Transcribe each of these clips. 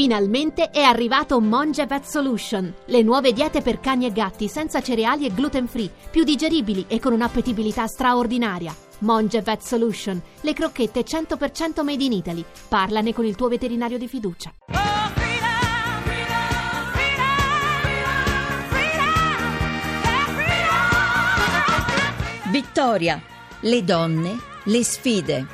Finalmente è arrivato Monge Vet Solution, le nuove diete per cani e gatti senza cereali e gluten free, più digeribili e con un'appetibilità straordinaria. Monge Vet Solution, le crocchette 100% made in Italy. Parlane con il tuo veterinario di fiducia. Vittoria, le donne, le sfide.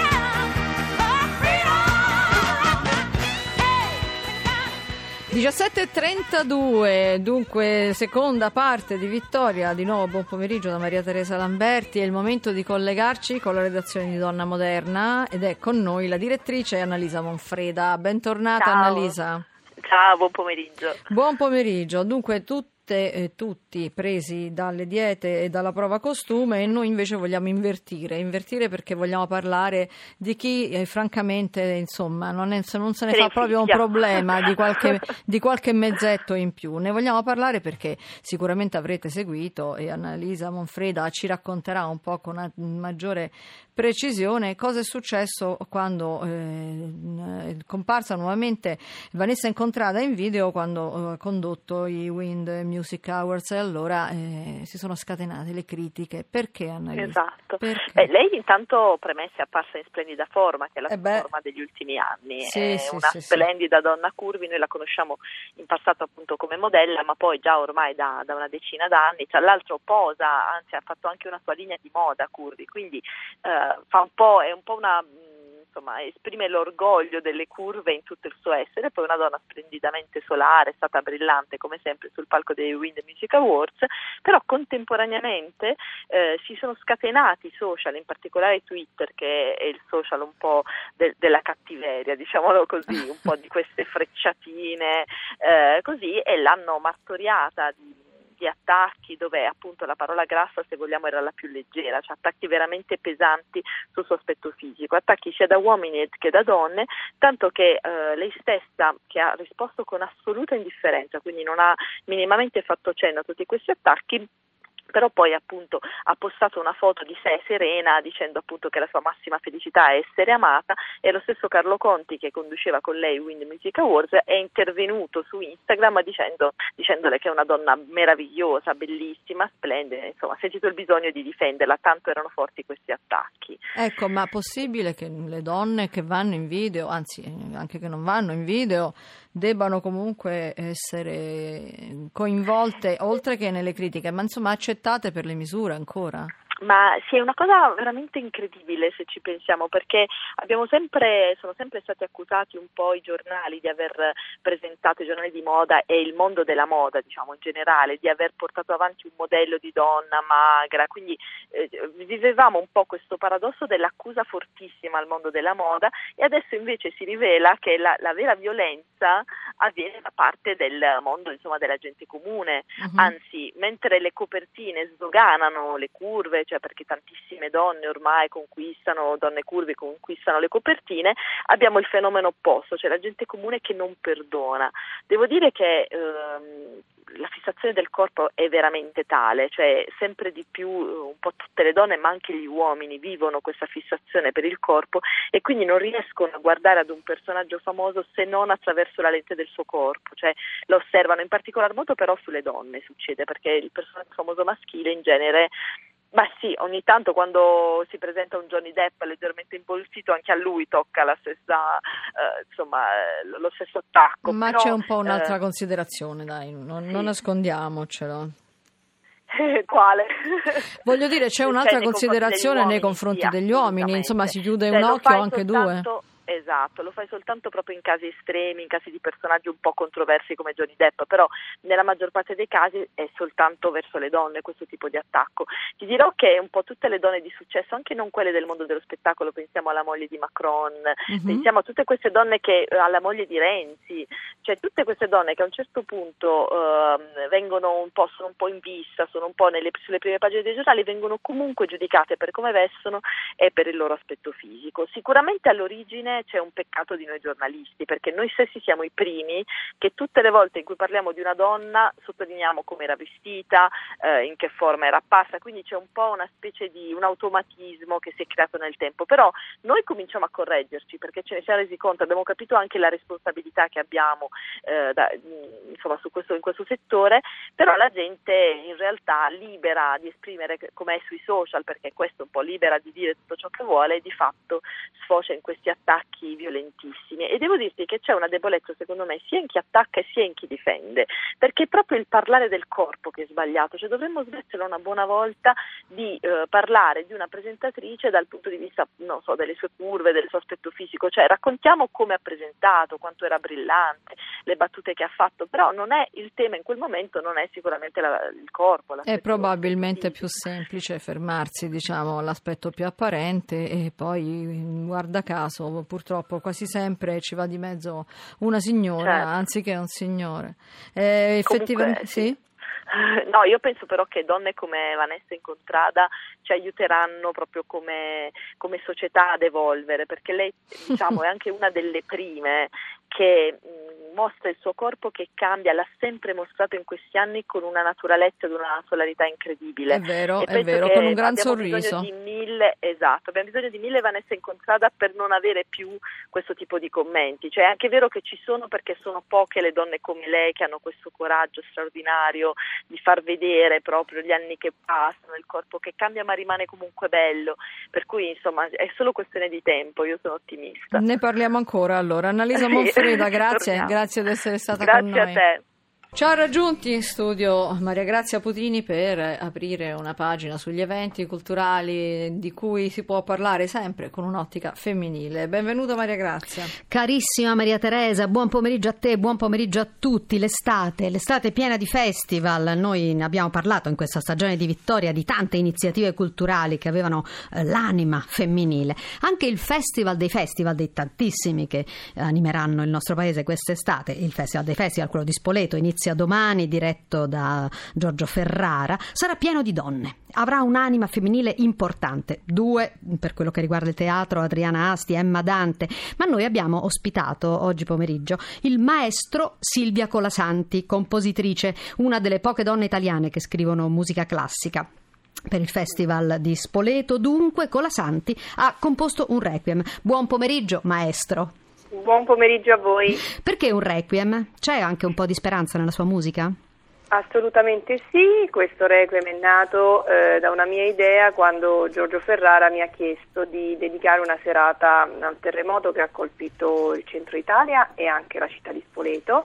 17:32, dunque seconda parte di Vittoria, di nuovo buon pomeriggio da Maria Teresa Lamberti, è il momento di collegarci con la redazione di Donna Moderna ed è con noi la direttrice Annalisa Monfreda. Bentornata. Ciao. Annalisa. Ciao, buon pomeriggio. Buon pomeriggio, dunque tutti presi dalle diete e dalla prova costume e noi invece vogliamo invertire perché vogliamo parlare di chi francamente insomma non se ne fa proprio un problema di qualche mezzetto in più. Ne vogliamo parlare perché sicuramente avrete seguito e Annalisa Monfreda ci racconterà un po' con una maggiore precisione cosa è successo quando è comparsa nuovamente Vanessa Incontrada in video quando ha condotto i Wind Music Awards e allora si sono scatenate le critiche. Perché, Annalisa? Esatto. Perché? Lei intanto premessa è apparsa in splendida forma, che è la sua forma degli ultimi anni, è una splendida donna curvi, noi la conosciamo in passato appunto come modella, ma poi già ormai da una decina d'anni, tra l'altro posa, anzi ha fatto anche una sua linea di moda curvi, quindi è un po' una, insomma, esprime l'orgoglio delle curve in tutto il suo essere, poi una donna splendidamente solare, è stata brillante come sempre sul palco dei Wind Music Awards, però contemporaneamente si sono scatenati i social, in particolare Twitter, che è il social un po' della cattiveria, diciamolo così, un po' di queste frecciatine così, e l'hanno martoriata di attacchi dove appunto la parola grassa, se vogliamo, era la più leggera, cioè attacchi veramente pesanti sul suo aspetto fisico, attacchi sia da uomini che da donne, tanto che lei stessa, che ha risposto con assoluta indifferenza, quindi non ha minimamente fatto cenno a tutti questi attacchi, però poi appunto ha postato una foto di sé serena dicendo appunto che la sua massima felicità è essere amata, e lo stesso Carlo Conti, che conduceva con lei Wind Music Awards, è intervenuto su Instagram dicendole che è una donna meravigliosa, bellissima, splendida, insomma ha sentito il bisogno di difenderla, tanto erano forti questi attacchi. Ecco, ma possibile che le donne che vanno in video, anzi anche che non vanno in video, debbano comunque essere coinvolte oltre che nelle critiche, ma insomma accettate per le misure ancora? Ma sì, è una cosa veramente incredibile se ci pensiamo, perché sono sempre stati accusati un po' i giornali di aver presentato, i giornali di moda e il mondo della moda, diciamo in generale, di aver portato avanti un modello di donna magra, quindi vivevamo un po' questo paradosso dell'accusa fortissima al mondo della moda, e adesso invece si rivela che la vera violenza avviene da parte del mondo, insomma, della gente comune. Anzi, mentre le copertine sdoganano le curve, cioè perché tantissime donne ormai donne curve conquistano le copertine, abbiamo il fenomeno opposto, cioè la gente comune che non perdona. Devo dire che la fissazione del corpo è veramente tale, cioè sempre di più un po' tutte le donne, ma anche gli uomini, vivono questa fissazione per il corpo e quindi non riescono a guardare ad un personaggio famoso se non attraverso la lente del suo corpo, cioè lo osservano in particolar modo, però sulle donne succede, perché il personaggio famoso maschile in genere, ma sì, ogni tanto quando si presenta un Johnny Depp leggermente imbolsito, anche a lui tocca la stessa, lo stesso attacco. Ma però, c'è un po' un'altra considerazione, dai, non nascondiamocelo. Quale? Voglio dire, c'è un'altra considerazione nei confronti degli uomini, insomma si chiude un occhio o anche due. Esatto, lo fai soltanto proprio in casi estremi, in casi di personaggi un po' controversi come Johnny Depp, però nella maggior parte dei casi è soltanto verso le donne questo tipo di attacco. Ti dirò che un po' tutte le donne di successo, anche non quelle del mondo dello spettacolo, pensiamo alla moglie di Macron, pensiamo a tutte queste donne alla moglie di Renzi, cioè tutte queste donne che a un certo punto sono un po' in vista, sono un po' sulle prime pagine dei giornali, vengono comunque giudicate per come vestono e per il loro aspetto fisico. Sicuramente all'origine c'è un peccato di noi giornalisti, perché noi stessi siamo i primi che tutte le volte in cui parliamo di una donna sottolineiamo come era vestita, in che forma era apparsa, quindi c'è un po' una specie di un automatismo che si è creato nel tempo, però noi cominciamo a correggerci perché ce ne siamo resi conto, abbiamo capito anche la responsabilità che abbiamo in questo settore, però la gente in realtà libera di esprimere come è sui social, perché questo è un po' libera di dire tutto ciò che vuole, e di fatto sfocia in questi attacchi violentissimi. E devo dirti che c'è una debolezza secondo me sia in chi attacca sia in chi difende, perché è proprio il parlare del corpo che è sbagliato, cioè dovremmo smetterla una buona volta di parlare di una presentatrice dal punto di vista, non so, delle sue curve, del suo aspetto fisico, cioè raccontiamo come ha presentato, quanto era brillante, le battute che ha fatto, però non è il tema in quel momento, non è sicuramente il corpo. È probabilmente più semplice fermarsi, diciamo, all'aspetto più apparente, e poi guarda caso purtroppo quasi sempre ci va di mezzo una signora, certo, anziché un signore. Effettivamente sì. No, io penso però che donne come Vanessa Incontrada ci aiuteranno proprio come società ad evolvere, perché lei, diciamo, è anche una delle prime che mostra il suo corpo che cambia, l'ha sempre mostrato in questi anni con una naturalezza ed una solarità incredibile. È vero, con un gran sorriso. Abbiamo bisogno di mille Vanessa Incontrada per non avere più questo tipo di commenti. Cioè è anche vero che ci sono, perché sono poche le donne come lei che hanno questo coraggio straordinario di far vedere proprio gli anni che passano, il corpo che cambia ma rimane comunque bello, per cui insomma è solo questione di tempo, io sono ottimista. Ne parliamo ancora allora. Annalisa Monfreda, grazie di essere stata con noi. Grazie a te. Ci ha raggiunti in studio Maria Grazia Putini per aprire una pagina sugli eventi culturali di cui si può parlare sempre con un'ottica femminile. Benvenuta Maria Grazia. Carissima Maria Teresa, buon pomeriggio a te, buon pomeriggio a tutti. L'estate è piena di festival. Noi ne abbiamo parlato in questa stagione di Vittoria di tante iniziative culturali che avevano l'anima femminile. Anche il festival dei tantissimi che animeranno il nostro paese quest'estate, il festival dei festival, quello di Spoleto, inizia domani, diretto da Giorgio Ferrara, sarà pieno di donne. Avrà un'anima femminile importante. 2 per quello che riguarda il teatro, Adriana Asti, Emma Dante, ma noi abbiamo ospitato oggi pomeriggio il maestro Silvia Colasanti, compositrice, una delle poche donne italiane che scrivono musica classica. Per il festival di Spoleto, dunque, Colasanti ha composto un requiem. Buon pomeriggio, maestro. Buon pomeriggio a voi. Perché un requiem? C'è anche un po' di speranza nella sua musica? Assolutamente sì, questo requiem è nato da una mia idea quando Giorgio Ferrara mi ha chiesto di dedicare una serata al terremoto che ha colpito il centro Italia e anche la città di Spoleto,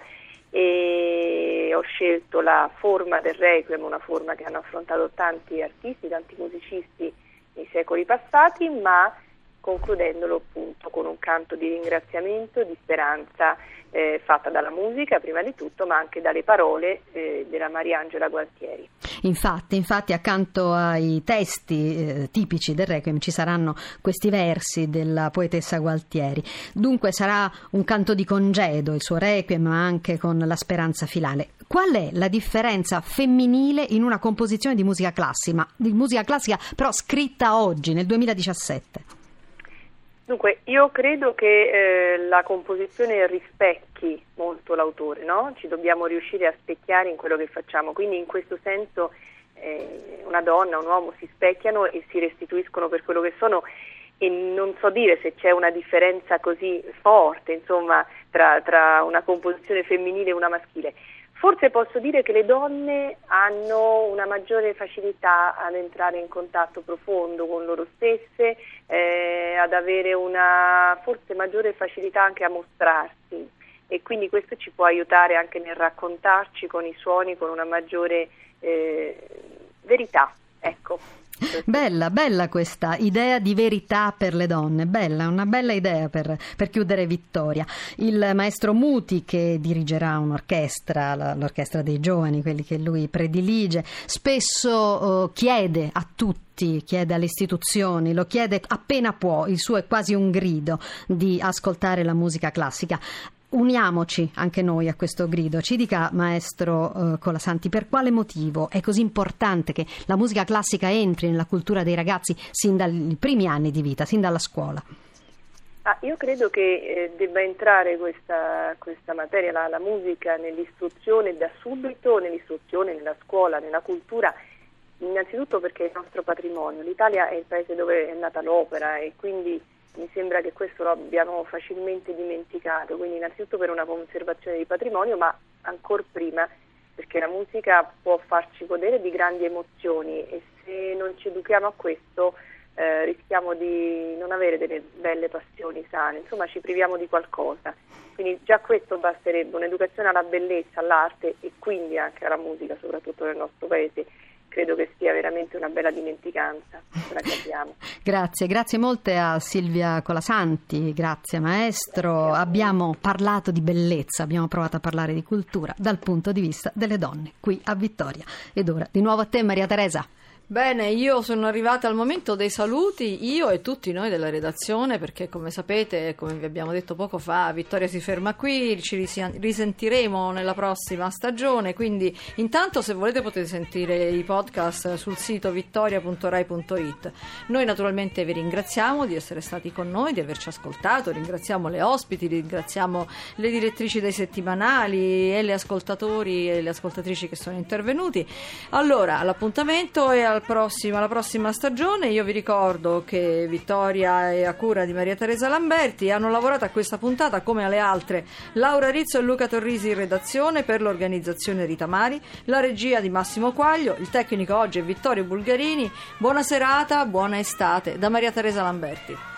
e ho scelto la forma del requiem, una forma che hanno affrontato tanti artisti, tanti musicisti nei secoli passati, ma concludendolo appunto con un canto di ringraziamento, di speranza, fatta dalla musica prima di tutto, ma anche dalle parole della Mariangela Gualtieri. Infatti accanto ai testi tipici del Requiem ci saranno questi versi della poetessa Gualtieri. Dunque sarà un canto di congedo il suo Requiem, ma anche con la speranza finale. Qual è la differenza femminile in una composizione di musica classica però scritta oggi, nel 2017? Dunque, io credo che la composizione rispecchi molto l'autore, no? Ci dobbiamo riuscire a specchiare in quello che facciamo, quindi in questo senso una donna, un uomo si specchiano e si restituiscono per quello che sono, e non so dire se c'è una differenza così forte, insomma, tra una composizione femminile e una maschile. Forse posso dire che le donne hanno una maggiore facilità ad entrare in contatto profondo con loro stesse, ad avere una forse maggiore facilità anche a mostrarsi, e quindi questo ci può aiutare anche nel raccontarci con i suoni con una maggiore verità, ecco. Bella questa idea di verità per le donne, una bella idea per chiudere Vittoria. Il maestro Muti, che dirigerà un'orchestra, l'orchestra dei giovani, quelli che lui predilige, spesso chiede a tutti, chiede alle istituzioni, lo chiede appena può, il suo è quasi un grido, di ascoltare la musica classica. uniamoci anche noi a questo grido. Ci dica, maestro Colasanti, per quale motivo è così importante che la musica classica entri nella cultura dei ragazzi sin dai primi anni di vita, sin dalla scuola? Io credo che debba entrare questa materia, la musica, nell'istruzione da subito, nell'istruzione, nella scuola, nella cultura, innanzitutto perché è il nostro patrimonio. L'Italia è il paese dove è nata l'opera e quindi mi sembra che questo lo abbiamo facilmente dimenticato, quindi innanzitutto per una conservazione di patrimonio, ma ancor prima perché la musica può farci godere di grandi emozioni e se non ci educhiamo a questo rischiamo di non avere delle belle passioni sane, insomma ci priviamo di qualcosa. Quindi già questo basterebbe, un'educazione alla bellezza, all'arte e quindi anche alla musica, soprattutto nel nostro paese. Credo che sia veramente una bella dimenticanza, quella che abbiamo. Grazie molte a Silvia Colasanti, grazie maestro. Abbiamo parlato di bellezza, abbiamo provato a parlare di cultura dal punto di vista delle donne qui a Vittoria. Ed ora di nuovo a te, Maria Teresa. Bene, io sono arrivata al momento dei saluti, io e tutti noi della redazione, perché come sapete, come vi abbiamo detto poco fa, Vittoria si ferma qui, ci risentiremo nella prossima stagione, quindi intanto se volete potete sentire i podcast sul sito vittoria.rai.it. Noi naturalmente vi ringraziamo di essere stati con noi, di averci ascoltato, ringraziamo le ospiti, ringraziamo le direttrici dei settimanali e gli ascoltatori e le ascoltatrici che sono intervenuti. Allora, l'appuntamento è alla prossima stagione. Io vi ricordo che Vittoria è a cura di Maria Teresa Lamberti, hanno lavorato a questa puntata come alle altre Laura Rizzo e Luca Torrisi in redazione, per l'organizzazione Rita Mari, la regia di Massimo Quaglio, il tecnico oggi è Vittorio Bulgarini. Buona serata, buona estate da Maria Teresa Lamberti.